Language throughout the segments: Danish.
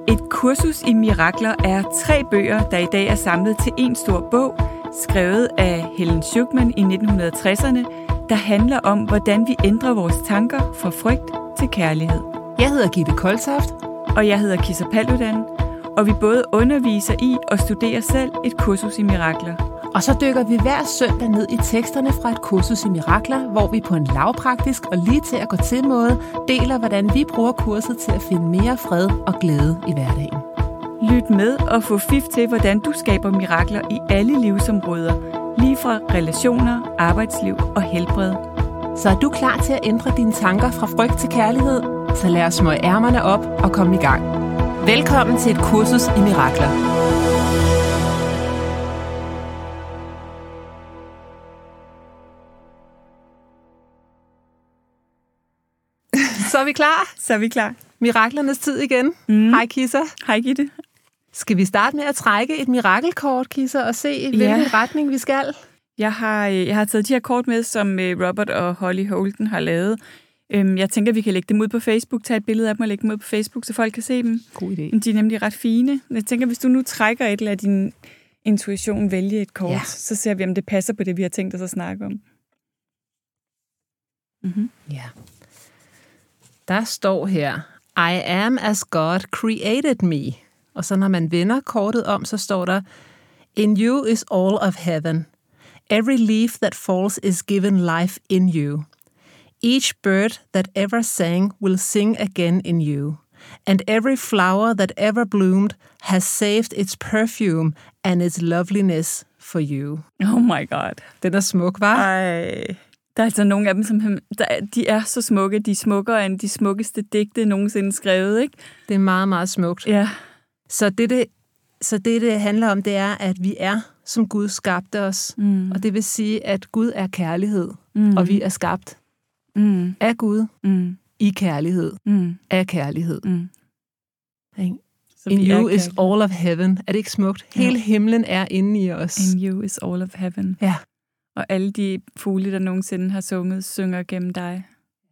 Et kursus i mirakler er 3 bøger, der i dag er samlet til en stor bog, skrevet af Helen Schucman i 1960'erne, der handler om, hvordan vi ændrer vores tanker fra frygt til kærlighed. Jeg hedder Gitte Koltoft. Og jeg hedder Kisser Paludan, og vi både underviser i og studerer selv et kursus i mirakler. Og så dykker vi hver søndag ned i teksterne fra et kursus i mirakler, hvor vi på en lavpraktisk og lige til at gå til måde deler, hvordan vi bruger kurset til at finde mere fred og glæde i hverdagen. Lyt med og få fif til, hvordan du skaber mirakler i alle livsområder, lige fra relationer, arbejdsliv og helbred. Så er du klar til at ændre dine tanker fra frygt til kærlighed? Så lad os smøge ærmerne op og komme i gang. Velkommen til et kursus i mirakler. Så er vi klar? Så er vi klar. Miraklernes tid igen. Hej Kisser. Hej Gitte. Skal vi starte med at trække et mirakelkort, Kisser, og se, hvilken retning vi skal? Jeg har taget de her kort med, som Robert og Holly Holden har lavet. Jeg tænker, vi kan lægge dem ud på Facebook, tage et billede af dem og lægge dem ud på Facebook, så folk kan se dem. God idé. De er nemlig ret fine. Jeg tænker, hvis du nu trækker et eller din intuition, vælge et kort, så ser vi, om det passer på det, vi har tænkt os at snakke om. Mm-hmm. Ja. Der står her, I am as God created me. Og så når man vender kortet om, så står der, In you is all of heaven. Every leaf that falls is given life in you. Each bird that ever sang will sing again in you. And every flower that ever bloomed has saved its perfume and its loveliness for you. Oh my God. Den er smuk, hva'? Ej. Der er altså nogle af dem, som de er så smukke. De er smukkere end de smukkeste digte nogensinde skrevet, ikke? Det er meget, meget smukt. Ja. Så det handler om, det er, at vi er, som Gud skabte os. Og det vil sige, at Gud er kærlighed, og vi er skabt af Gud i kærlighed, af kærlighed. In you is all of heaven. Er det ikke smukt? Hele himlen er inde i os. In you is all of heaven. Ja. Og alle de fugle, der nogensinde har sunget, synger gennem dig.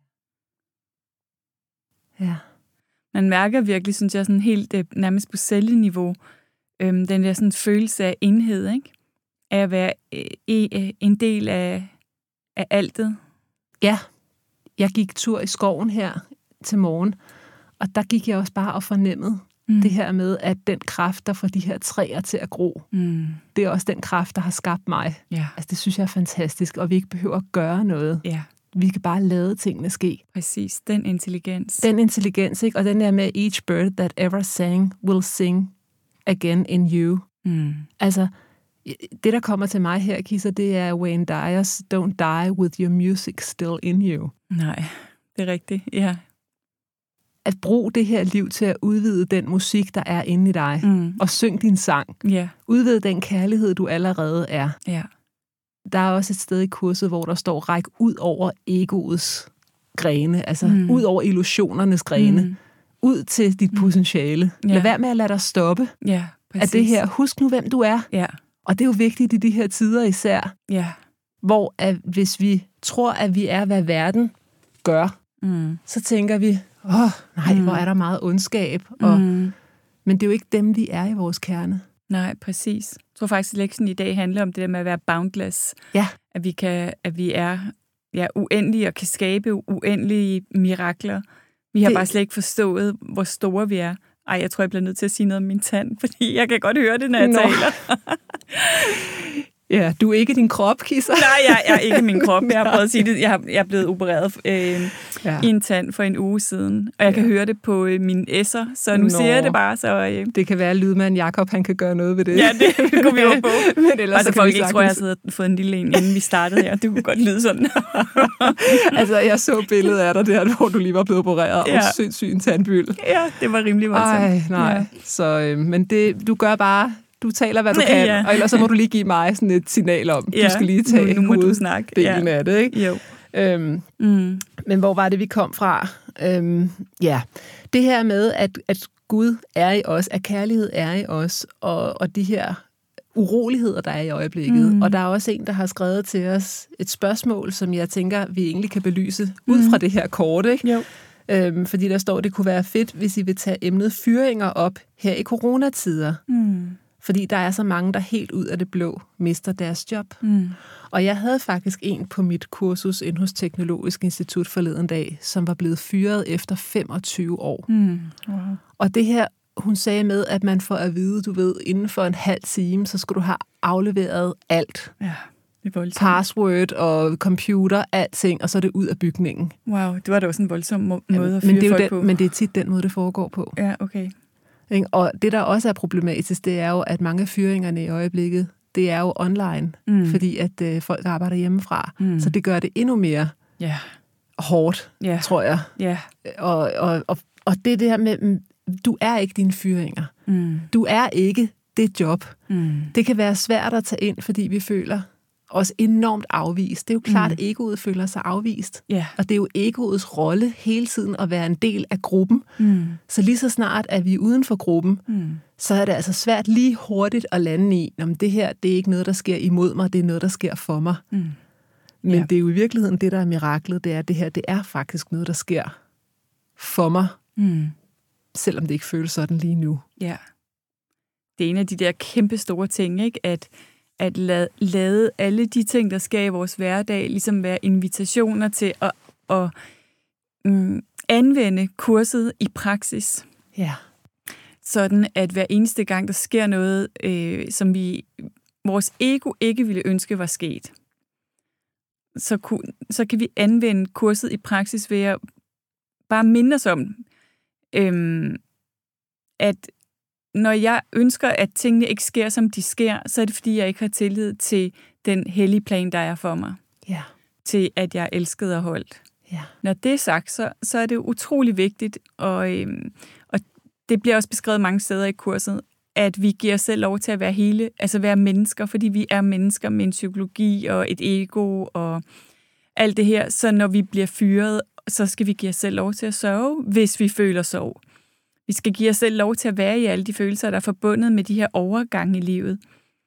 Ja. Man mærker virkelig, synes jeg, sådan helt nærmest på celleniveau, den der sådan følelse af enhed, ikke? Af at være en del af altet. Ja. Jeg gik tur i skoven her til morgen, og der gik jeg også bare og fornemmede det her med, at den kraft, der får de her træer til at gro, det er også den kraft, der har skabt mig. Ja. Altså, det synes jeg er fantastisk, og vi ikke behøver at gøre noget. Ja. Vi kan bare lade tingene ske. Præcis, den intelligens. Den intelligens, ikke? Og den der med, each bird that ever sang will sing again in you. Altså, det der kommer til mig her, Kisser, det er Wayne Dyer's Don't Die with your music still in you. Nej, det er rigtigt, ja. At bruge det her liv til at udvide den musik, der er inde i dig, og syng din sang. Ja. Udvide den kærlighed, du allerede er. Ja. Der er også et sted i kurset, hvor der står, ræk ud over egoets grene, altså ud over illusionernes grene, ud til dit potentiale. Ja. Lad være med at lade dig stoppe af det her. Husk nu, hvem du er. Ja. Og det er jo vigtigt i de her tider især, hvor hvis vi tror, at vi er, hvad verden gør, så tænker vi, hvor er der meget ondskab. Men det er jo ikke dem, vi er i vores kerne. Nej, præcis. Jeg tror faktisk, at lektionen i dag handler om det der med at være boundless. Ja. At vi er uendelige og kan skabe uendelige mirakler. Vi har bare slet ikke forstået, hvor store vi er. Ej, jeg tror, jeg bliver nødt til at sige noget om min tand, fordi jeg kan godt høre det, når jeg taler. Ja, du er ikke din krop, Kisser. Nej, jeg er ikke min krop. Jeg har prøvet at sige det. Jeg er blevet opereret i en tand for en uge siden, og jeg kan høre det på mine s'er, så nu siger jeg det bare. Så, det kan være, at lydmand Jakob, han kan gøre noget ved det. Ja, det kunne vi jo på. Men ellers altså, folk ikke tror, jeg har fået en lille en, inden vi startede her. Det kunne godt lyde sådan. Altså, jeg så billedet af dig der, hvor du lige var blevet opereret, og sindssygt en tandbyld. Ja, det var rimelig voldsomt. Ej, nej. Ja. Så, men du gør bare... Du taler, hvad du kan, og ellers så må du lige give mig sådan et signal om, du skal lige tage nu må du snakke. Delen af det, ikke? Jo. Men hvor var det, vi kom fra? Det her med, at Gud er i os, at kærlighed er i os, og de her uroligheder, der er i øjeblikket. Og der er også en, der har skrevet til os et spørgsmål, som jeg tænker, vi egentlig kan belyse ud fra det her kort, ikke? Jo. Fordi der står, det kunne være fedt, hvis I vil tage emnet fyringer op her i coronatider. Fordi der er så mange, der helt ud af det blå mister deres job. Og jeg havde faktisk en på mit kursus inde hos Teknologisk Institut forleden dag, som var blevet fyret efter 25 år. Wow. Og det her, hun sagde med, at man får at vide, du ved, inden for en halv time, så skulle du have afleveret alt. Ja, det er voldsomt. Password og computer, alting, og så er det ud af bygningen. Wow, det var da også en voldsom måde at fyre folk på. Men det er tit den måde, det foregår på. Ja, okay. Og det, der også er problematisk, det er jo, at mange af fyringerne i øjeblikket, det er jo online, fordi at folk arbejder hjemmefra. Så det gør det endnu mere hårdt, tror jeg. Og det der med, du er ikke dine fyringer. Du er ikke det job. Det kan være svært at tage ind, fordi vi føler os enormt afvist. Det er jo klart, at egoet føler sig afvist. Og det er jo egoets rolle hele tiden at være en del af gruppen. Så lige så snart, at vi er uden for gruppen, så er det altså svært lige hurtigt at lande i, om det her, det er ikke noget, der sker imod mig, det er noget, der sker for mig. Men det er jo i virkeligheden det, der er miraklet, det er, at det her, det er faktisk noget, der sker for mig, selvom det ikke føles sådan lige nu. Ja. Det er en af de der kæmpe store ting, ikke? At lade alle de ting, der sker i vores hverdag, ligesom være invitationer til at anvende kurset i praksis. Ja. Sådan, at hver eneste gang, der sker noget, som vores ego ikke ville ønske var sket, så kan vi anvende kurset i praksis ved at bare minde os om, at når jeg ønsker, at tingene ikke sker, som de sker, så er det, fordi jeg ikke har tillid til den hellige plan, der er for mig. Ja. Til, at jeg er elsket og holdt. Ja. Når det er sagt, så er det utrolig vigtigt, og det bliver også beskrevet mange steder i kurset, at vi giver os selv lov til at være hele, altså være mennesker, fordi vi er mennesker med en psykologi og et ego og alt det her. Så når vi bliver fyret, så skal vi give os selv lov til at sørge, hvis vi føler sorg. Vi skal give os selv lov til at være i alle de følelser, der er forbundet med de her overgange i livet.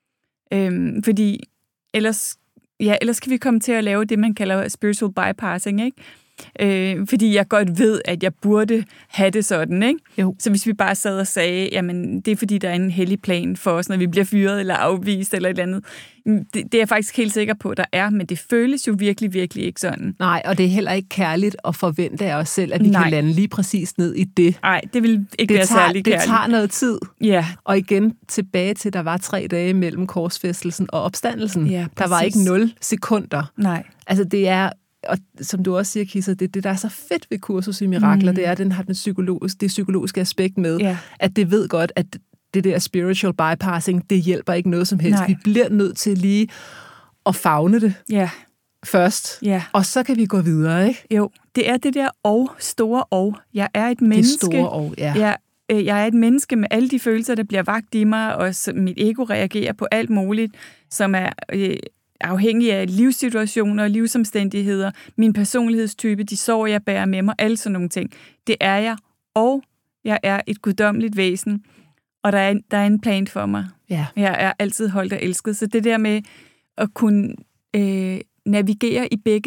Fordi ellers kan vi komme til at lave det, man kalder spiritual bypassing, ikke? Fordi jeg godt ved, at jeg burde have det sådan, ikke? Jo. Så hvis vi bare sad og sagde, jamen det er fordi, der er en hellig plan for os, når vi bliver fyret eller afvist eller et eller andet. Det er jeg faktisk helt sikker på, der er, men det føles jo virkelig, virkelig ikke sådan. Nej, og det er heller ikke kærligt at forvente af os selv, at vi kan lande lige præcis ned i det. Nej, det vil ikke være særlig kærligt. Det tager noget tid. Ja. Og igen tilbage til, der var 3 dage mellem korsfæstelsen og opstandelsen. Ja, der var ikke 0 sekunder. Nej. Altså det er, og som du også siger, Kisser, det der er så fedt ved kursus i mirakler, det er, at den har det psykologiske aspekt med, at det ved godt, at det der spiritual bypassing, det hjælper ikke noget som helst. Nej. Vi bliver nødt til lige at favne det først, og så kan vi gå videre, ikke? Jo, det er det der store. Jeg er et menneske. Det store jeg er et menneske med alle de følelser, der bliver vakt i mig, og mit ego reagerer på alt muligt, som er afhængig af livssituationer og livsomstændigheder, min personlighedstype, de sorg, jeg bærer med mig, alle sådan nogle ting. Det er jeg, og jeg er et guddommeligt væsen, og der er en plan for mig. Ja. Jeg er altid holdt og elsket. Så det der med at kunne navigere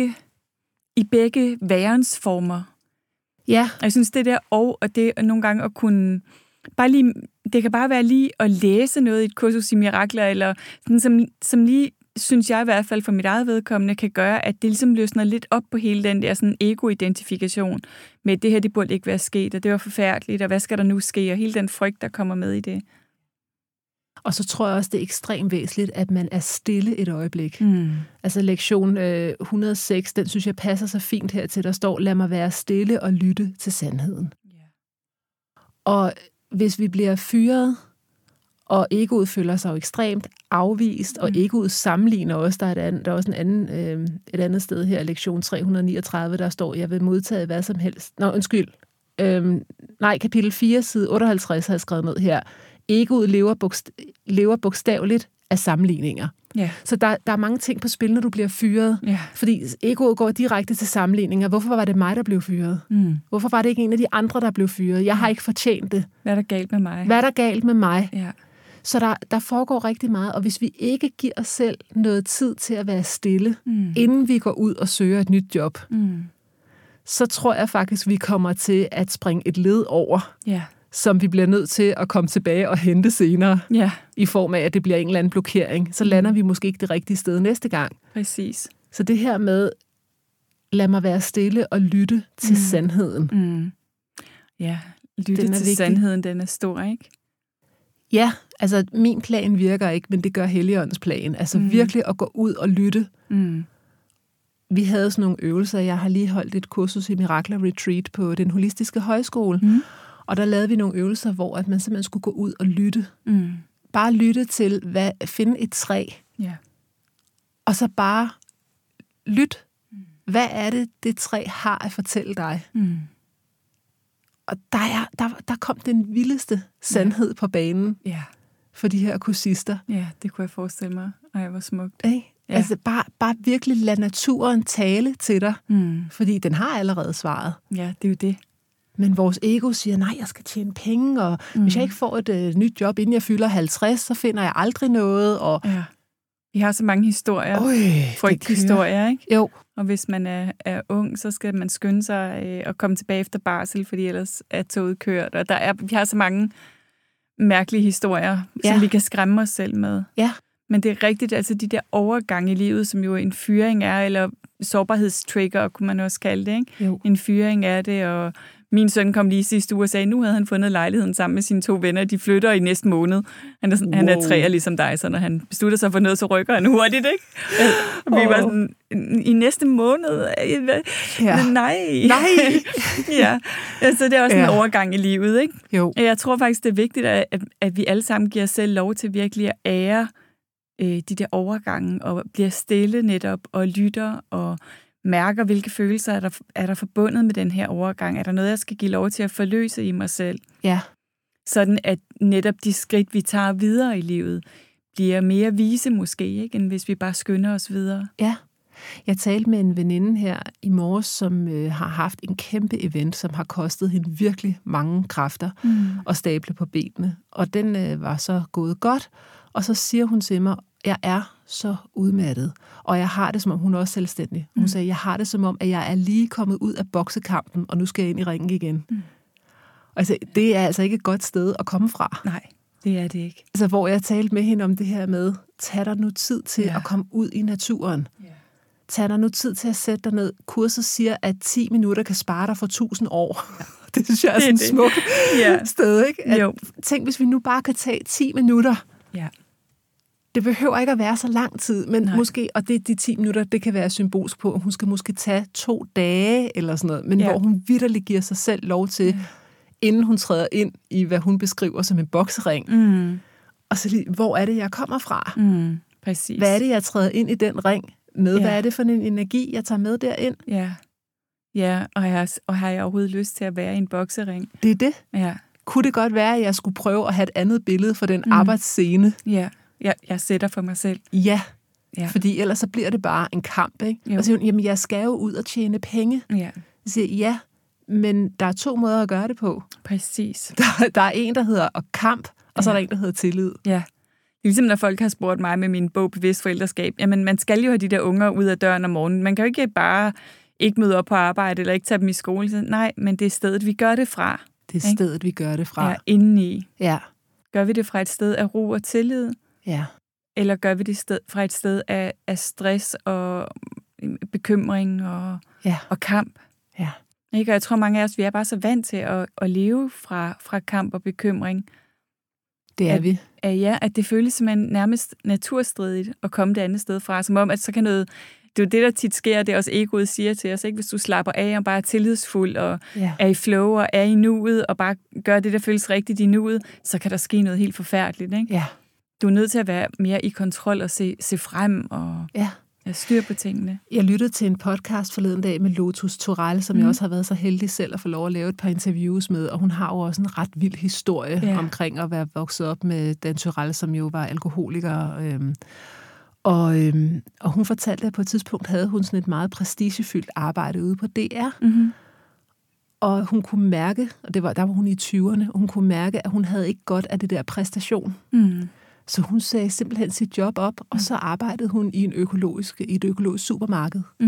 i begge værensformer. Ja. Jeg synes, det der og det nogle gange at kunne bare lige, det kan bare være lige at læse noget i et kursus i mirakler, eller sådan, som lige, synes jeg i hvert fald for mit eget vedkommende, kan gøre, at det ligesom løsner lidt op på hele den der sådan ego-identifikation med, det her, det burde ikke være sket, og det var forfærdeligt, og hvad skal der nu ske, og hele den frygt, der kommer med i det. Og så tror jeg også, det er ekstremt væsentligt, at man er stille et øjeblik. Altså lektion 106, den synes jeg passer så fint her til, der står, lad mig være stille og lytte til sandheden. Yeah. Og hvis vi bliver fyret, og egoet føler sig jo ekstremt afvist, og egoet sammenligner også, der er også et andet sted her, lektion 339, der står, jeg vil modtage hvad som helst. Kapitel 4, side 58 har jeg skrevet ned her. Egoet lever bogstaveligt af sammenligninger. Yeah. Så der er mange ting på spil, når du bliver fyret. Yeah. Fordi egoet går direkte til sammenligninger. Hvorfor var det mig, der blev fyret? Hvorfor var det ikke en af de andre, der blev fyret? Jeg har ikke fortjent det. Hvad er der galt med mig? Hvad er der galt med mig? Yeah. Så der foregår rigtig meget, og hvis vi ikke giver os selv noget tid til at være stille, inden vi går ud og søger et nyt job, så tror jeg faktisk, vi kommer til at springe et led over, som vi bliver nødt til at komme tilbage og hente senere, i form af, at det bliver en eller anden blokering. Så lander vi måske ikke det rigtige sted næste gang. Præcis. Så det her med, lad mig være stille og lytte til sandheden. Ja, lytte til sandheden, den er stor, ikke? Ja, altså min plan virker ikke, men det gør Helligåndens plan. Altså virkelig at gå ud og lytte. Vi havde sådan nogle øvelser. Jeg har lige holdt et kursus i Mirakler Retreat på den holistiske højskole. Og der lavede vi nogle øvelser, hvor at man simpelthen skulle gå ud og lytte. Bare lytte til, finde et træ. Og så bare lyt. Hvad er det træ har at fortælle dig? Og der kom den vildeste sandhed på banen for de her kursister. Ja, det kunne jeg forestille mig. Ej, hvor smukt. Ja. Altså bare virkelig lad naturen tale til dig, fordi den har allerede svaret. Ja, det er jo det. Men vores ego siger, nej, jeg skal tjene penge, og hvis jeg ikke får et nyt job, inden jeg fylder 50, så finder jeg aldrig noget. Og vi har så mange historier. Frygthistorier, ikke? Jo. Og hvis man er ung, så skal man skynde sig at komme tilbage efter barsel, fordi ellers er toget kørt. Og vi har så mange mærkelige historier, som vi kan skræmme os selv med. Ja. Men det er rigtigt, altså de der overgange i livet, som jo en fyring er, eller sårbarhedstrigger, kunne man også kalde det, ikke? Jo. En fyring er det, og min søn kom lige sidste uge og sagde, nu havde han fundet lejligheden sammen med sine 2 venner, de flytter i næste måned. Han er 3 ligesom dig, så når han beslutter sig for noget, så rykker han hurtigt, ikke? Og vi var sådan, i næste måned? Nej. Ja, altså det er også en overgang i livet, ikke? Jo. Jeg tror faktisk, det er vigtigt, at vi alle sammen giver os selv lov til virkelig at ære de der overgange, og bliver stille netop, og lytter, og mærker, hvilke følelser er der forbundet med den her overgang. Er der noget, jeg skal give lov til at forløse i mig selv? Ja. Sådan at netop de skridt, vi tager videre i livet, bliver mere vise måske, ikke, end hvis vi bare skynder os videre. Ja. Jeg talte med en veninde her i morges, som har haft en kæmpe event, som har kostet hende virkelig mange kræfter at stable på benene. Og den var så gået godt, og så siger hun til mig, jeg er så udmattet, og jeg har det, som om hun er også selvstændig. Hun sagde, jeg har det, som om, at jeg er lige kommet ud af boksekampen, og nu skal jeg ind i ringen igen. Altså, det er altså ikke et godt sted at komme fra. Nej, det er det ikke. Altså, hvor jeg talte med hende om det her med, tag dig nu tid til at komme ud i naturen. Tag dig nu tid til at sætte dig ned. Kurset siger, at 10 minutter kan spare dig for 1000 år. Det synes jeg er sådan et smukt sted, ikke? At, tænk, hvis vi nu bare kan tage 10 minutter. Ja. Det behøver ikke at være så lang tid, men måske, og det de 10 minutter, det kan være symbolsk på, at hun skal måske tage 2 dage eller sådan noget, men hvor hun vitterligt giver sig selv lov til, inden hun træder ind i, hvad hun beskriver som en boksering. Og så lige, hvor er det, jeg kommer fra? Præcis. Hvad er det, jeg træder ind i den ring med? Hvad er det for en energi, jeg tager med derind? Ja, og har jeg overhovedet lyst til at være i en boksering? Det er det. Ja. Kunne det godt være, at jeg skulle prøve at have et andet billede for den arbejdsscene? Ja. Jeg sætter for mig selv. Ja, fordi ellers så bliver det bare en kamp, ikke? Og så siger hun, jamen jeg skal jo ud og tjene penge. Ja. Jeg siger, men der er 2 måder at gøre det på. Præcis. Der er en, der hedder kamp, og så er der en, der hedder tillid. Ja. Det er ligesom, når folk har spurgt mig med min bog Bevidst Forældreskab, jamen man skal jo have de der unger ud af døren om morgenen. Man kan jo ikke bare ikke møde op på arbejde, eller ikke tage dem i skole. Nej, men det er stedet, vi gør det fra. Det er stedet, vi gør det fra. Ja, indeni. Ja. Gør vi det fra et sted af ro og tillid? Ja. Eller gør vi det fra et sted af stress og bekymring og kamp? Ja. Ikke? Og jeg tror, mange af os, vi er bare så vant til at leve fra kamp og bekymring. Det er vi. At det føles som en nærmest naturstridigt at komme det andet sted fra. Som om, at så kan noget... Det er jo det, der tit sker, det er også egoet siger til os, ikke? Hvis du slapper af og bare er tillidsfuld og er i flow og er i nuet og bare gør det, der føles rigtigt i nuet, så kan der ske noget helt forfærdeligt, ikke? Ja. Du er nødt til at være mere i kontrol og se frem og styr på tingene. Jeg lyttede til en podcast forleden dag med Lotus Turell, som jeg også har været så heldig selv at få lov at lave et par interviews med, og hun har jo også en ret vild historie omkring at være vokset op med Dan Turell, som jo var alkoholiker. Og hun fortalte, at på et tidspunkt havde hun sådan et meget prestigefyldt arbejde ude på DR. Og hun kunne mærke, og der var hun i 20'erne, og hun kunne mærke, at hun havde ikke godt af det der præstation. Så hun sagde simpelthen sit job op, og så arbejdede hun i et økologisk supermarked.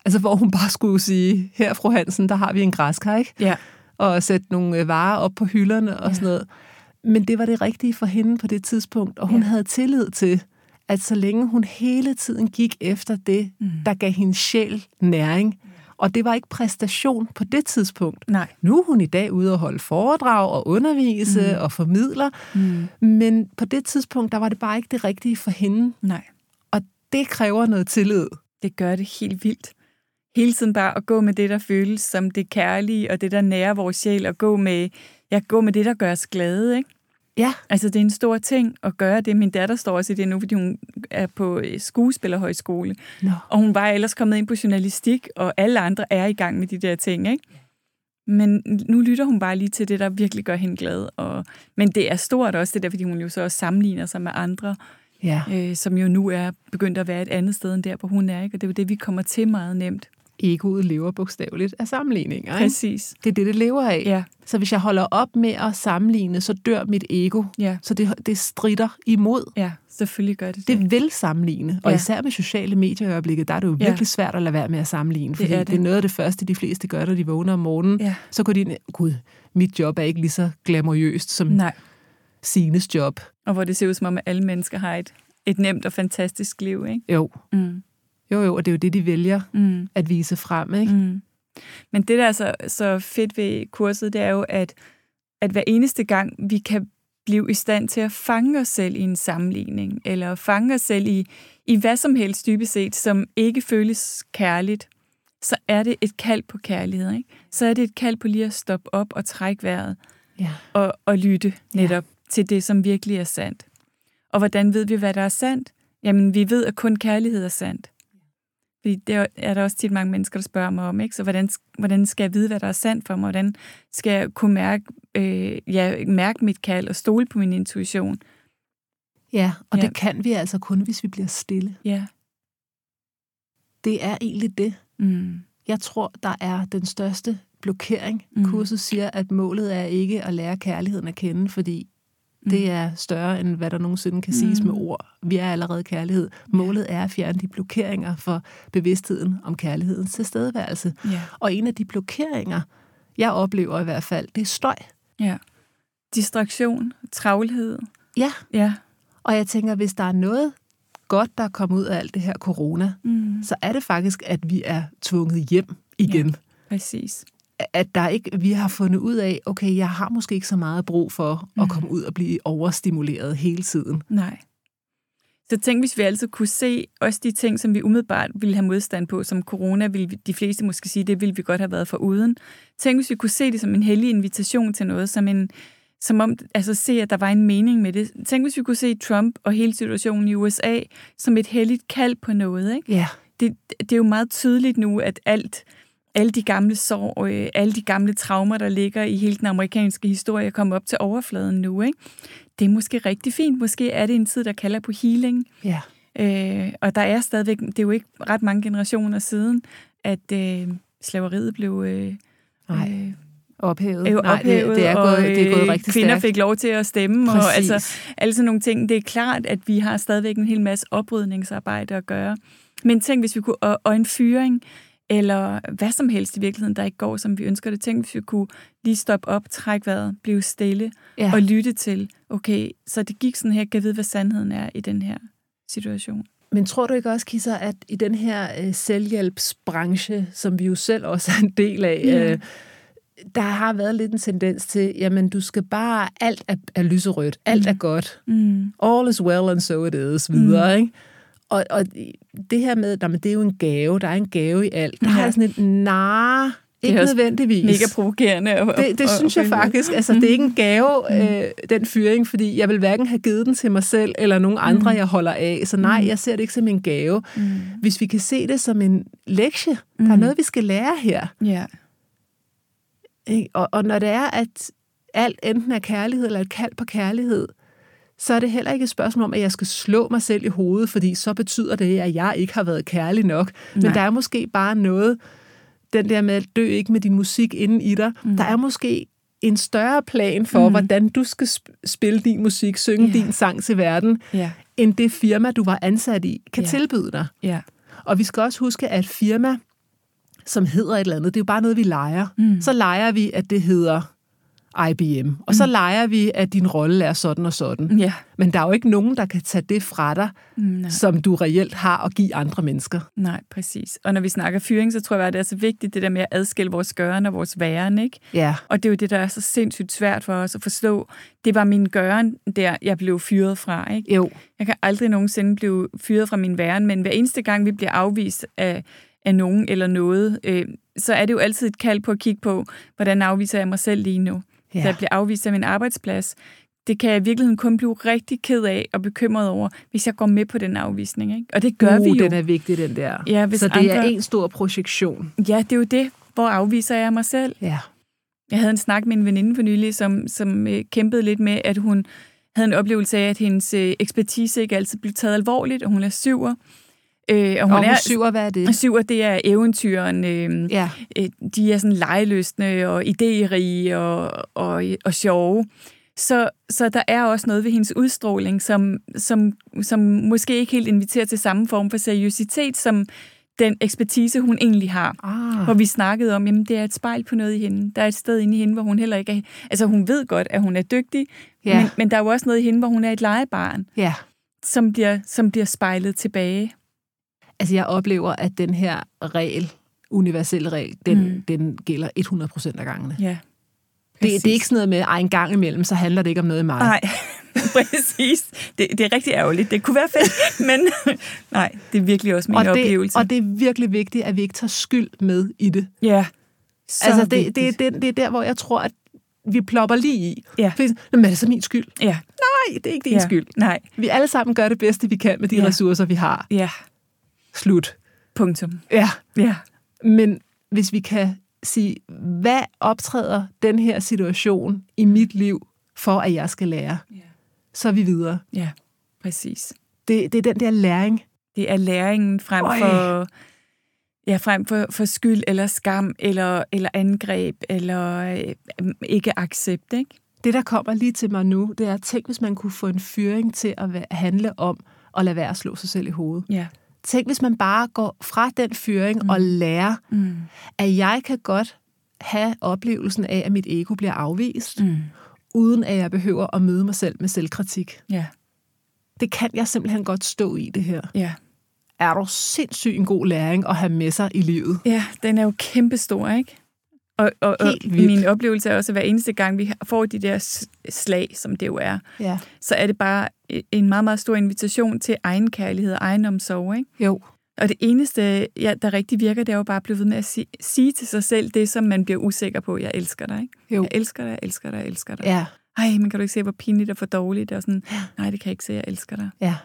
Altså, hvor hun bare skulle sige, her, fru Hansen, der har vi en græskar, ikke? Ja. Og sætte nogle varer op på hylderne og sådan noget. Men det var det rigtige for hende på det tidspunkt, og hun havde tillid til, at så længe hun hele tiden gik efter det, der gav hendes sjæl næring, og det var ikke præstation på det tidspunkt. Nej. Nu er hun i dag ude og holde foredrag og undervise og formidler, men på det tidspunkt, der var det bare ikke det rigtige for hende. Nej. Og det kræver noget tillid. Det gør det helt vildt. Hele tiden bare at gå med det, der føles som det kærlige, og det, der nærer vores sjæl, og gå med det, der gør os glade, ikke? Ja. Altså, det er en stor ting at gøre det. Min datter står også i det nu, fordi hun er på skuespillerhøjskole. Og hun var ellers kommet ind på journalistik, og alle andre er i gang med de der ting, ikke? Men nu lytter hun bare lige til det, der virkelig gør hende glad. Men det er stort også, det der, fordi hun jo så også sammenligner sig med andre, som jo nu er begyndt at være et andet sted end der, hvor hun er, ikke? Og det er jo det, vi kommer til meget nemt. Egoet lever bogstaveligt af sammenligninger, ikke? Præcis. Det er det lever af. Ja. Så hvis jeg holder op med at sammenligne, så dør mit ego. Ja. Så det stritter imod. Ja, selvfølgelig gør det. Det vil sammenligne. Og især med sociale medier i øjeblikket, der er det jo virkelig svært at lade være med at sammenligne. Fordi det er noget af det første, de fleste gør, når de vågner om morgenen. Ja. Så går de ind, gud, mit job er ikke lige så glamourøst som Signes job. Og hvor det ser ud som om, at alle mennesker har et nemt og fantastisk liv, ikke? Jo. Jo, og det er jo det, de vælger at vise frem, ikke? Men det, der er så fedt ved kurset, det er jo, at hver eneste gang, vi kan blive i stand til at fange os selv i en sammenligning, eller fange os selv i hvad som helst dybest set, som ikke føles kærligt, så er det et kald på kærlighed, ikke? Så er det et kald på lige at stoppe op og trække vejret, og lytte netop til det, som virkelig er sandt. Og hvordan ved vi, hvad der er sandt? Jamen, vi ved, at kun kærlighed er sandt. Fordi det er der også tit mange mennesker, der spørger mig om, ikke? Så hvordan skal jeg vide, hvad der er sandt for mig? Hvordan skal jeg kunne mærke mit kald og stole på min intuition? Ja, og det kan vi altså kun, hvis vi bliver stille. Ja. Det er egentlig det. Jeg tror, der er den største blokering. Kurset siger, at målet er ikke at lære kærligheden at kende, fordi det er større, end hvad der nogensinde kan siges med ord. Vi er allerede kærlighed. Målet er at fjerne de blokeringer for bevidstheden om kærlighedens tilstedeværelse. Ja. Og en af de blokeringer, jeg oplever i hvert fald, det er støj. Ja. Distraktion, travlhed. Ja. Og jeg tænker, hvis der er noget godt, der er kommet ud af alt det her corona, så er det faktisk, at vi er tvunget hjem igen. Ja, præcis. At vi har fundet ud af, okay, jeg har måske ikke så meget brug for at komme ud og blive overstimuleret hele tiden. Nej. Så tænk, hvis vi altid kunne se også de ting, som vi umiddelbart ville have modstand på, som corona, ville de fleste måske sige, det ville vi godt have været foruden. Tænk, hvis vi kunne se det som en hellig invitation til noget, se, at der var en mening med det. Tænk, hvis vi kunne se Trump og hele situationen i USA som et helligt kald på noget, ikke? Ja. Det er jo meget tydeligt nu, at alle de gamle sorg, alle de gamle traumer, der ligger i hele den amerikanske historie, kommer op til overfladen nu, ikke? Det er måske rigtig fint. Måske er det en tid, der kalder på healing. Ja. Og der er stadigvæk, det er jo ikke ret mange generationer siden, at slaveriet blev ophævet. Det er gået rigtig kvinder stærkt. Fik lov til at stemme. Præcis. Og alle sådan nogle ting. Det er klart, at vi har stadigvæk en hel masse oprydningsarbejde at gøre. Men tænk, hvis vi kunne, og en fyring, eller hvad som helst i virkeligheden, der ikke går, som vi ønsker det. Tænk, hvis vi kunne lige stoppe op, trække vejret, blive stille og lytte til, okay, så det gik sådan her, kan jeg vide, hvad sandheden er i den her situation. Men tror du ikke også, Kisser, at i den her selvhjælpsbranche, som vi jo selv også er en del af, der har været lidt en tendens til, jamen du skal bare, alt er lyserødt, alt er godt, all is well and so it is, videre, ikke? Og det her med, det er jo en gave, der er en gave i alt. Der er sådan et ikke nødvendigvis. Mega provokerende. Det synes jeg faktisk. Altså, det er ikke en gave, den fyring, fordi jeg vil hverken have givet den til mig selv, eller nogen andre, jeg holder af. Så nej, jeg ser det ikke som en gave. Hvis vi kan se det som en lektie, der er noget, vi skal lære her. Ja. Og når det er, at alt enten er kærlighed, eller et kald på kærlighed, så er det heller ikke et spørgsmål om, at jeg skal slå mig selv i hovedet, fordi så betyder det, at jeg ikke har været kærlig nok. Men der er måske bare noget, den der med at dø ikke med din musik inden i dig. Der er måske en større plan for, hvordan du skal spille din musik, synge din sang til verden, end det firma, du var ansat i, kan tilbyde dig. Og vi skal også huske, at firma som hedder et eller andet. Det er jo bare noget, vi leger. Så leger vi, at det hedder IBM. Og så leger vi, at din rolle er sådan og sådan. Ja. Men der er jo ikke nogen, der kan tage det fra dig, som du reelt har at give andre mennesker. Nej, præcis. Og når vi snakker fyring, så tror jeg, at det er så vigtigt, det der med at adskille vores gøren og vores væren, ikke? Ja. Og det er jo det, der er så sindssygt svært for os at forstå. Det var min gøren, der jeg blev fyret fra, ikke? Jo. Jeg kan aldrig nogensinde blive fyret fra min væren, men hver eneste gang, vi bliver afvist af nogen eller noget, så er det jo altid et kald på at kigge på, hvordan afviser jeg mig selv lige nu. Ja. Så jeg bliver afvist af min arbejdsplads. Det kan jeg i virkeligheden kun blive rigtig ked af og bekymret over, hvis jeg går med på den afvisning. Ikke? Og det gør vi jo. Den er vigtig, den der. Ja, så det er en stor projektion. Ja, det er jo det. Hvor afviser jeg mig selv? Ja. Jeg havde en snak med en veninde for nylig, som kæmpede lidt med, at hun havde en oplevelse af, at hendes ekspertise ikke altid blev taget alvorligt, og hun er syver. Og hun er syver, hvad er det? Syver, det er eventyren. Ja. De er sådan legeløsne og idérige og sjove. Så der er også noget ved hendes udstråling, som måske ikke helt inviterer til samme form for seriøsitet, som den ekspertise, hun egentlig har. Hvor vi snakkede om, jamen det er et spejl på noget i hende. Der er et sted inde i hende, hvor hun heller ikke er... Altså hun ved godt, at hun er dygtig, men der er jo også noget i hende, hvor hun er et legebarn, som bliver spejlet tilbage. Altså jeg oplever, at den her regel, universelle regel, den gælder 100% af gangene. Ja. Det er ikke sådan noget med, en gang imellem, så handler det ikke om noget i mig. Nej, præcis. Det er rigtig ærgerligt. Det kunne være fedt, men nej, det er virkelig også min oplevelse. Og det er virkelig vigtigt, at vi ikke tager skyld med i det. Ja, altså det er der, hvor jeg tror, at vi plopper lige i. Ja. Men er det så min skyld? Ja. Nej, det er ikke din skyld. Nej. Vi alle sammen gør det bedste, vi kan med de ressourcer, vi har. Ja. Slut. Punktum. Ja. Men hvis vi kan sige, hvad optræder den her situation i mit liv, for at jeg skal lære, så er vi videre. Ja, præcis. Det er den der læring. Det er læringen frem for skyld eller skam eller angreb eller ikke accept, ikke? Det, der kommer lige til mig nu, det er, tænk, hvis man kunne få en fyring til at handle om at lade være at slå sig selv i hovedet. Ja. Tænk, hvis man bare går fra den fyring og lærer, at jeg kan godt have oplevelsen af, at mit ego bliver afvist, uden at jeg behøver at møde mig selv med selvkritik. Ja. Det kan jeg simpelthen godt stå i, det her. Ja. Er du sindssygt en god læring at have med sig i livet? Ja, den er jo kæmpestor, ikke? Og min oplevelse er også, at hver eneste gang, vi får de der slag, som det jo er, så er det bare en meget, meget stor invitation til egenkærlighed og egenomsorg, ikke? Jo. Og det eneste, der rigtig virker, det er jo bare at blive ved med at sige til sig selv det, som man bliver usikker på. Jeg elsker dig, ikke? Jo. Jeg elsker dig, jeg elsker dig, jeg elsker dig. Ja. Ej, men kan du ikke se, hvor pinligt og for dårligt? Og sådan, nej, det kan jeg ikke se, jeg elsker dig. Ja.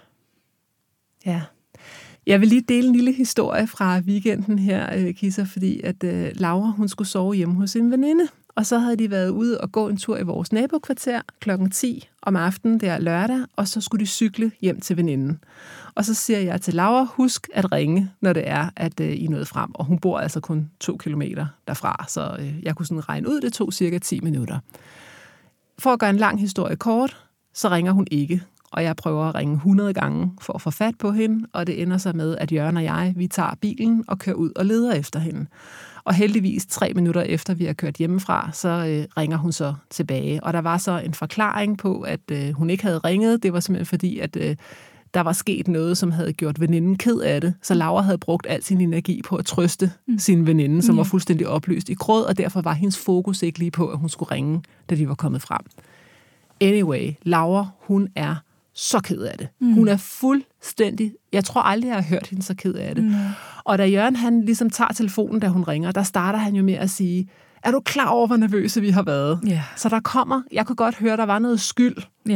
Ja. Jeg vil lige dele en lille historie fra weekenden her, Kisser, fordi at Laura, hun skulle sove hjemme hos en veninde, og så havde de været ude og gå en tur i vores nabokvarter klokken 10 om aftenen, det er lørdag, og så skulle de cykle hjem til veninden. Og så siger jeg til Laura, husk at ringe, når det er, at I nåede frem. Og hun bor altså kun 2 kilometer derfra, så jeg kunne sådan regne ud, det tog cirka 10 minutter. For at gøre en lang historie kort, så ringer hun ikke. Og jeg prøver at ringe 100 gange for at få fat på hende, og det ender så med, at Jørgen og jeg, vi tager bilen og kører ud og leder efter hende. Og heldigvis 3 minutter efter, vi har kørt hjemmefra, så ringer hun så tilbage. Og der var så en forklaring på, at hun ikke havde ringet. Det var simpelthen fordi, at der var sket noget, som havde gjort veninden ked af det. Så Laura havde brugt al sin energi på at trøste sin veninde, som var fuldstændig opløst i gråd, og derfor var hendes fokus ikke lige på, at hun skulle ringe, da de var kommet frem. Anyway, Laura, hun er så ked af det. Hun er fuldstændig... Jeg tror aldrig, jeg har hørt hende så ked af det. Og da Jørgen, han ligesom tager telefonen, da hun ringer, der starter han jo med at sige, er du klar over, hvor nervøse vi har været? Yeah. Så der kommer... Jeg kunne godt høre, der var noget skyld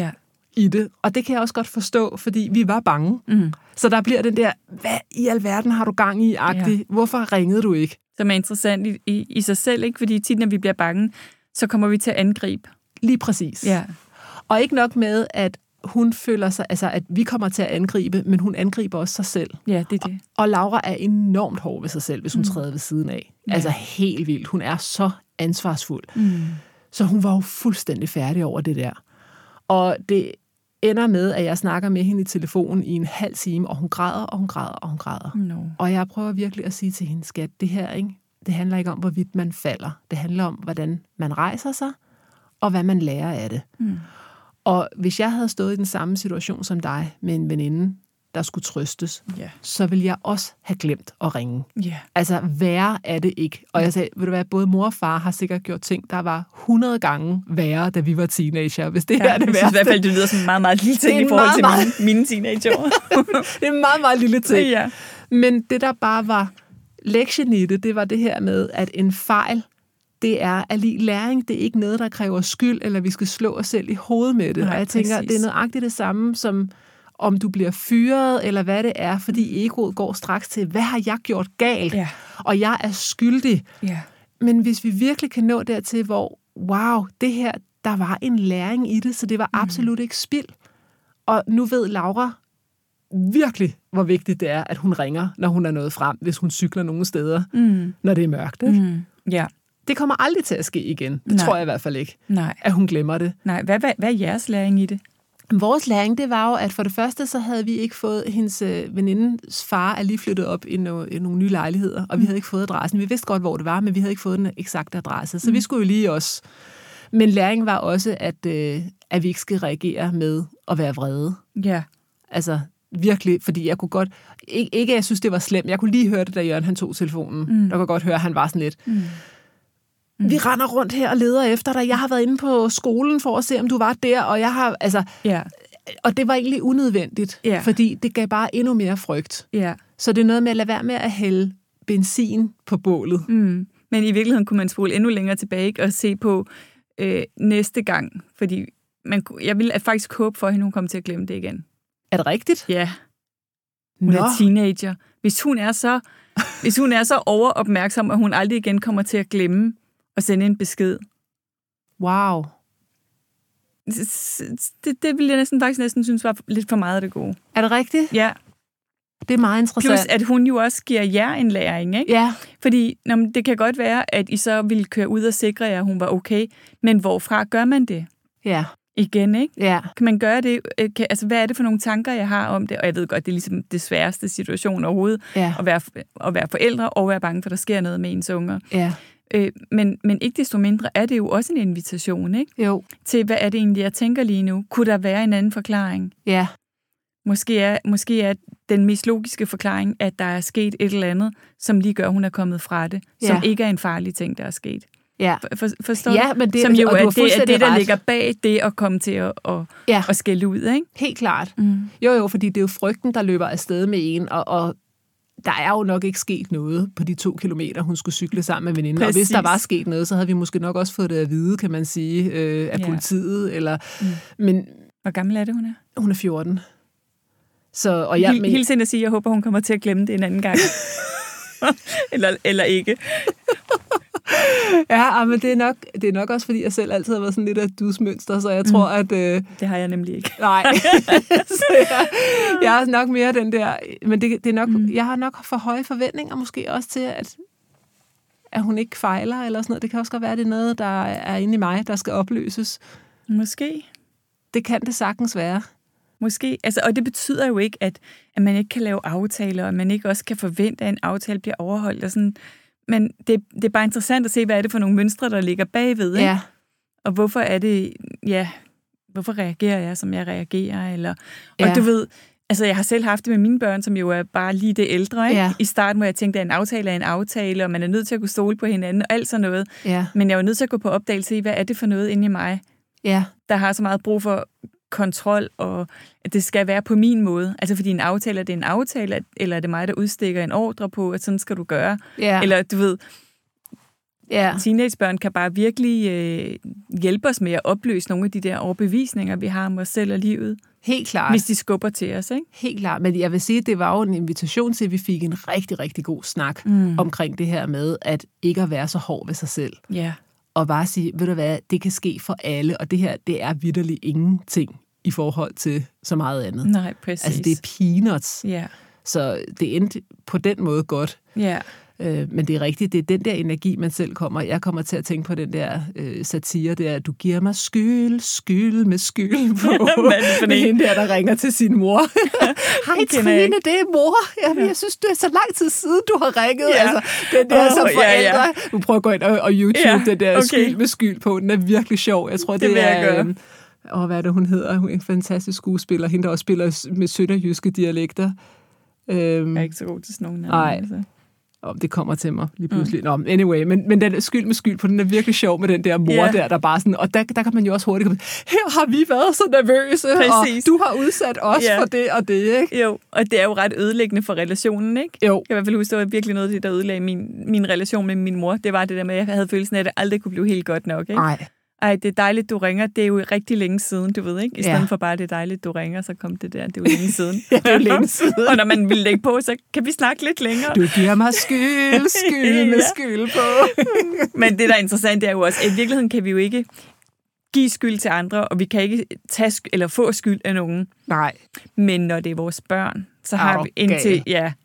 i det. Og det kan jeg også godt forstå, fordi vi var bange. Så der bliver den der, hvad i alverden har du gang i, agtig? Hvorfor ringede du ikke? Som er interessant i sig selv, ikke? Fordi tit, når vi bliver bange, så kommer vi til at angribe. Lige præcis. Ja. Og ikke nok med, at hun føler sig, altså at vi kommer til at angribe, men hun angriber også sig selv. Ja, det er det. Og Laura er enormt hård ved sig selv, hvis hun træder ved siden af. Ja. Altså helt vildt. Hun er så ansvarsfuld. Så hun var jo fuldstændig færdig over det der. Og det ender med, at jeg snakker med hende i telefonen i en halv time, og hun græder, og hun græder, og hun græder. No. Og jeg prøver virkelig at sige til hende, skat, det her, ikke? Det handler ikke om, hvorvidt man falder. Det handler om, hvordan man rejser sig, og hvad man lærer af det. Og hvis jeg havde stået i den samme situation som dig, med en veninde, der skulle trøstes, så ville jeg også have glemt at ringe. Altså, værre er det ikke. Og jeg sagde, ved du hvad, både mor og far har sikkert gjort ting, der var 100 gange værre, da vi var teenager, hvis det her er det værste. Jeg synes i hvert fald, det lyder som en meget, meget lille ting i forhold til mine teenageår. Det er en meget, meget lille ting. Ja. Men det, der bare var lektion i det var det her med, at en fejl, det er lige læring. Det er ikke noget, der kræver skyld, eller vi skal slå os selv i hovedet med det. Nej, og jeg tænker, det er nøjagtigt det samme som om du bliver fyret, eller hvad det er, fordi egoet går straks til, hvad har jeg gjort galt? Og jeg er skyldig. Men hvis vi virkelig kan nå dertil, hvor, wow, det her, der var en læring i det, så det var absolut ikke spild. Og nu ved Laura virkelig, hvor vigtigt det er, at hun ringer, når hun er nået frem, hvis hun cykler nogle steder, når det er mørkt. Ikke? Det kommer aldrig til at ske igen. Det tror jeg i hvert fald ikke, at hun glemmer det. Nej, hvad er jeres læring i det? Vores læring, det var jo, at for det første, så havde vi ikke fået, hendes venindes far er lige flyttet op i nogle nye lejligheder, og vi havde ikke fået adressen. Vi vidste godt, hvor det var, men vi havde ikke fået den eksakte adresse. Så vi skulle jo lige også. Men læringen var også, at vi ikke skal reagere med at være vrede. Altså virkelig, fordi jeg kunne godt, ikke jeg synes, det var slemt. Jeg kunne lige høre det, da Jørgen han tog telefonen. Der kunne godt høre, at han var sådan lidt... Vi render rundt her og leder efter dig. Jeg har været inde på skolen for at se, om du var der, og jeg har, og det var egentlig unødvendigt, fordi det gav bare endnu mere frygt. Så det er noget med at lade være med at hælde benzin på bålet. Men i virkeligheden kunne man spole endnu længere tilbage og se på næste gang, fordi jeg ville faktisk håbe for, at hun kommer til at glemme det igen. Er det rigtigt? Ja. Hun er teenager. Hvis hun er så overopmærksom, at hun aldrig igen kommer til at glemme og sende en besked. Wow. Det ville jeg næsten synes var lidt for meget af det gode. Er det rigtigt? Ja. Det er meget interessant. Plus, at hun jo også giver jer en læring, ikke? Ja. Fordi det kan godt være, at I så ville køre ud og sikre jer, at hun var okay. Men hvorfra gør man det? Ja. Igen, ikke? Ja. Kan man gøre det? Altså, hvad er det for nogle tanker, jeg har om det? Og jeg ved godt, det er ligesom det sværeste situation overhovedet. At være forældre og være bange for, at der sker noget med ens unger. Ja. Men ikke desto mindre er det jo også en invitation, ikke? Jo. Til, hvad er det egentlig, jeg tænker lige nu? Kunne der være en anden forklaring? Ja. Måske er den mest logiske forklaring, at der er sket et eller andet, som lige gør, hun er kommet fra det, som ikke er en farlig ting, der er sket. Ja. Forstår du? Men det, som jo er det, der ret. ligger bag det at komme til at skælde ud, ikke? Helt klart. Jo, fordi det er jo frygten, der løber afsted med en, og der er jo nok ikke sket noget på de 2 kilometer, hun skulle cykle sammen med veninden. Og hvis der var sket noget, så havde vi måske nok også fået det at vide, kan man sige, af politiet. Eller, men, hvor gammel er det, hun er? Hun er 14. Så, og Helt sind at sige, jeg håber, hun kommer til at glemme det en anden gang. eller ikke. Ja, men det er nok også, fordi jeg selv altid har været sådan lidt af dusmønster, så jeg tror, at... Det har jeg nemlig ikke. Nej. Så jeg har nok mere den der... Men det er nok, jeg har nok for høje forventninger måske også til, at hun ikke fejler eller sådan noget. Det kan også godt være, at det er noget, der er inde i mig, der skal opløses. Måske. Det kan det sagtens være. Måske. Altså, og det betyder jo ikke, at man ikke kan lave aftaler, og man ikke også kan forvente, at en aftale bliver overholdt og sådan... Men det er bare interessant at se, hvad er det for nogle mønstre, der ligger bagved, ikke? Ja. Og hvorfor er det, hvorfor reagerer jeg, som jeg reagerer, eller... Og du ved, altså jeg har selv haft det med mine børn, som jo er bare lige det ældre, ikke? I starten, hvor jeg tænkte, at en aftale er en aftale, og man er nødt til at kunne stole på hinanden, og alt sådan noget. Men jeg var nødt til at gå på opdagelse i, hvad er det for noget inde i mig, der har så meget brug for kontrol, og at det skal være på min måde. Altså fordi en aftale, er det en aftale, eller er det mig, der udstikker en ordre på, at sådan skal du gøre? Eller du ved, teenagebørn kan bare virkelig hjælpe os med at opløse nogle af de der overbevisninger, vi har om os selv og livet. Helt klart. Hvis de skubber til os, ikke? Helt klart. Men jeg vil sige, at det var jo en invitation til, at vi fik en rigtig, rigtig god snak omkring det her med, at ikke at være så hård ved sig selv. Ja. Og bare sige, ved du hvad, det kan ske for alle, og det her, det er vitterligt ingenting i forhold til så meget andet. Nej, præcis. Altså, det er peanuts. Ja. Så det endte på den måde godt. Ja. Men det er rigtigt, det er den der energi, man selv kommer. Jeg kommer til at tænke på den der satire, der du giver mig skyld med skyld på. Med hende der ringer til sin mor. Hej Trine, det er mor. Jeg synes, det er så lang tid siden, du har ringet. Ja. Altså, den der som forældre. Du prøver at gå ind og YouTube, den der skyld med skyld på. Den er virkelig sjov. Jeg tror, det er... hvad er det, hun hedder? Hun er en fantastisk skuespiller. Hende, der også spiller med sønderjyske dialekter. Jeg er ikke så god til sådan nogen. Nej. Altså. Det kommer til mig lige pludselig. Nå, anyway, men den skyld med skyld på, den er virkelig sjov med den der mor der bare sådan, og der kan man jo også hurtigt komme, her har vi været så nervøse, præcis. Og du har udsat os for det og det, ikke? Jo, og det er jo ret ødelæggende for relationen, ikke? Jo. Jeg kan i hvert fald huske, det var virkelig noget af det, der ødelagde min relation med min mor. Det var det der med, at jeg havde følelsen af, at det aldrig kunne blive helt godt nok, ikke? Nej. Ej, det er dejligt, du ringer. Det er jo rigtig længe siden, du ved, ikke? I stedet for bare, det er dejligt, du ringer, så kom det der. Det er jo længe siden. Det er jo længe siden. Og når man vil lægge på, så kan vi snakke lidt længere. Du giver mig skyld med skyld på. Men det, der er interessant, det er jo også, at i virkeligheden kan vi jo ikke give skyld til andre, og vi kan ikke tage eller få skyld af nogen. Nej. Men når det er vores børn, så har vi indtil,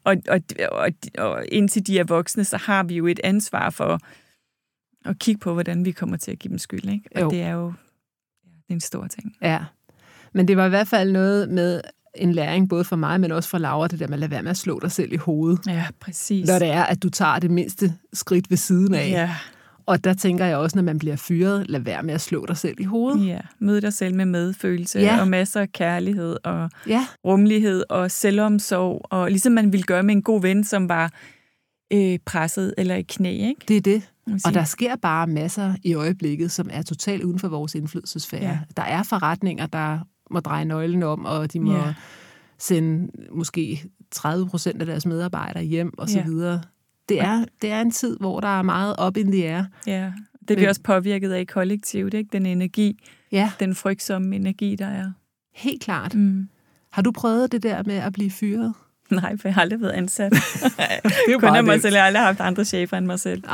og indtil de er voksne, så har vi jo et ansvar for og kigge på, hvordan vi kommer til at give dem skyld, ikke? Og det er jo det er en stor ting. Ja, men det var i hvert fald noget med en læring, både for mig, men også for Laura, det der med at lade være med at slå dig selv i hovedet. Ja, præcis. Når det er, at du tager det mindste skridt ved siden af. Ja. Og der tænker jeg også, når man bliver fyret, lad være med at slå dig selv i hovedet. Ja, mød dig selv med medfølelse og masser af kærlighed og rummelighed og selvomsorg, og ligesom man ville gøre med en god ven, som var presset eller i knæ, ikke? Det er det. Og der sker bare masser i øjeblikket, som er totalt uden for vores indflydelsesfære. Ja. Der er forretninger, der må dreje nøglen om, og de må sende måske 30% af deres medarbejdere hjem, og så videre. Det er en tid, hvor der er meget up in the air. Ja, det bliver også påvirket af kollektivt, ikke? Den energi, den frygtsomme energi, der er. Helt klart. Har du prøvet det der med at blive fyret? Nej, for jeg har aldrig været ansat. Kun af mig selv. Jeg har aldrig haft andre chefer end mig selv.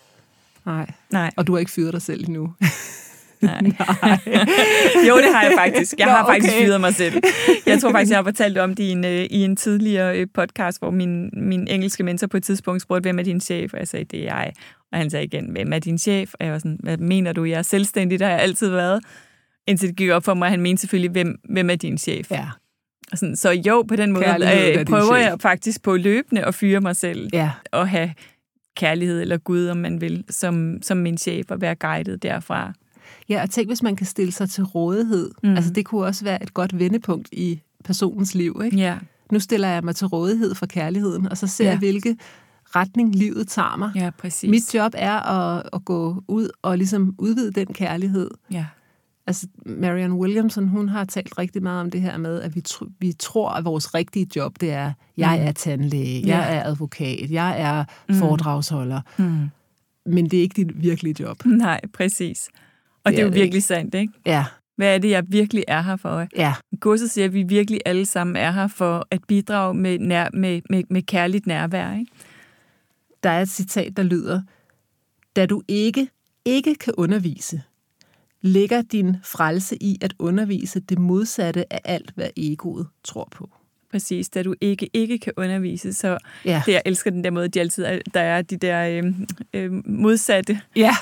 Nej. Og du har ikke fyret dig selv endnu? Nej. Jo, det har jeg faktisk. Jeg har faktisk fyret mig selv. Jeg tror faktisk, jeg har fortalt om det i en tidligere podcast, hvor min engelske mentor på et tidspunkt spurgte, hvem er din chef? Og jeg sagde, det er jeg. Og han sagde igen, hvem er din chef? Og jeg var sådan, hvad mener du? Jeg er selvstændig, der har jeg altid været. Indtil det gik op for mig, han mente selvfølgelig, hvem er din chef? Ja. Og sådan, så jo, på den måde prøver jeg faktisk på løbende at fyre mig selv. Ja. Og have kærlighed eller Gud, om man vil, som min chef, og være guidet derfra. Ja, og tænk, hvis man kan stille sig til rådighed. Altså, det kunne også være et godt vendepunkt i personens liv, ikke? Ja. Nu stiller jeg mig til rådighed for kærligheden, og så ser jeg, hvilke retning livet tager mig. Ja, præcis. Mit job er at gå ud og ligesom udvide den kærlighed. Ja. Altså, Marianne Williamson, hun har talt rigtig meget om det her med, at vi tror, at vores rigtige job, det er, jeg er tandlæge, jeg er advokat, jeg er foredragsholder. Men det er ikke dit virkelige job. Nej, præcis. Og det er jo virkelig sandt, ikke? Ja. Hvad er det, jeg virkelig er her for? Ja. Godset siger, at vi virkelig alle sammen er her for at bidrage med kærligt nærvær, ikke? Der er et citat, der lyder, da du ikke kan undervise, ligger din frelse i at undervise det modsatte af alt, hvad egoet tror på. Præcis, da du ikke kan undervise, så det, jeg elsker den der måde, de altid der er de der modsatte.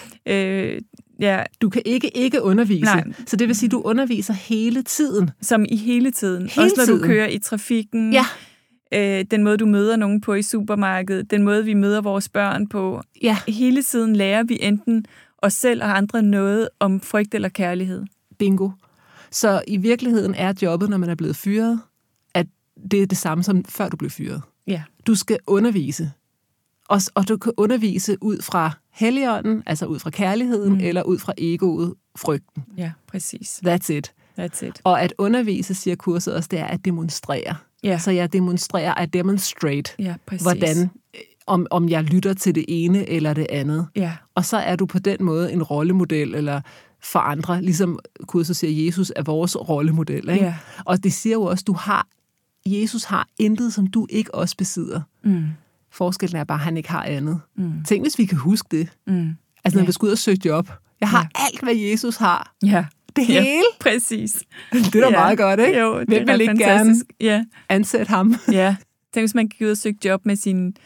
Ja. Du kan ikke undervise. Nej. Så det vil sige, at du underviser hele tiden. Som i hele tiden. Også når du kører i trafikken. Ja. Den måde, du møder nogen på i supermarkedet. Den måde, vi møder vores børn på. Ja. Hele tiden lærer vi enten os selv og andre noget om frygt eller kærlighed. Bingo. Så i virkeligheden er jobbet, når man er blevet fyret, at det er det samme som før du blev fyret. Ja. Du skal undervise. Og du kan undervise ud fra Helligånden, altså ud fra kærligheden, eller ud fra egoet, frygten. Ja, præcis. That's it. Og at undervise, siger kurset også, det er at demonstrere. Ja. Så jeg demonstrerer, at demonstrate, hvordan, om jeg lytter til det ene eller det andet. Ja. Og så er du på den måde en rollemodel, eller for andre, ligesom kurset siger, Jesus er vores rollemodel. Ikke? Ja. Og det siger jo også, Jesus har intet, som du ikke også besidder. Forskellen er bare, at han ikke har andet. Tænk, hvis vi kan huske det. Altså, når vi skal ud og søge job. Jeg har alt, hvad Jesus har. Ja. Det hele. Ja, præcis. Det er da meget godt, ikke? Jo, hvem vil ikke gerne ansætte ham? Ja. Tænk, hvis man gik ud og søgte job med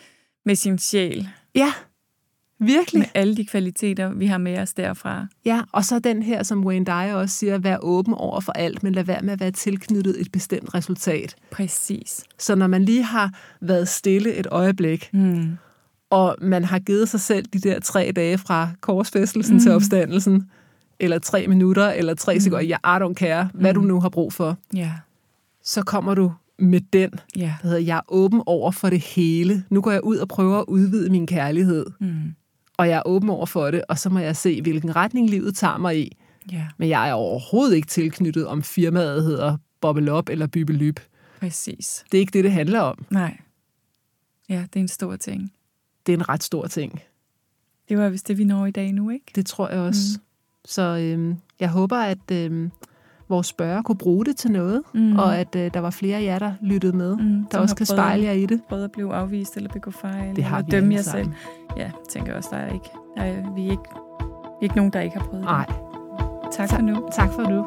med sin sjæl. Ja, virkelig. Med alle de kvaliteter, vi har med os derfra. Ja, og så den her, som Wayne Dyer også siger, vær åben over for alt, men lad være med at være tilknyttet et bestemt resultat. Præcis. Så når man lige har været stille et øjeblik, og man har givet sig selv de der 3 dage fra korsfæstelsen til opstandelsen, eller 3 minutter, eller 3 sekunder, I don't care, hvad du nu har brug for, så kommer du med den, der hedder, jeg er åben over for det hele. Nu går jeg ud og prøver at udvide min kærlighed, og jeg er åben over for det, og så må jeg se, hvilken retning livet tager mig i. Men jeg er overhovedet ikke tilknyttet, om firmaet hedder Bobbelop eller Bybelyb. Præcis. Det er ikke det handler om. Nej. Ja, det er en stor ting. Det er en ret stor ting. Det var vist det, vi når i dag nu, ikke? Det tror jeg også. Så jeg håber, at vores spørger kunne bruge det til noget, og at der var flere af jer, der lyttede med, der også kan spejle jer i det. Prøvet at blive afvist eller begå fejl, det har eller vi dømme jer selv. Ja, tænker også, vi er ikke nogen, der ikke har prøvet det. Nej. Tak for nu. Tak for nu.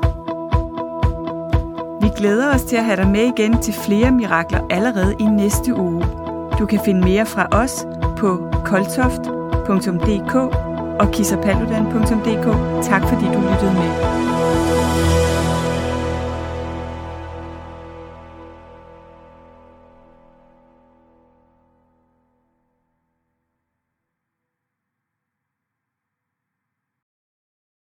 Vi glæder os til at have dig med igen til flere mirakler allerede i næste uge. Du kan finde mere fra os på koltoft.dk og kissapaludan.dk. Tak fordi du lyttede med.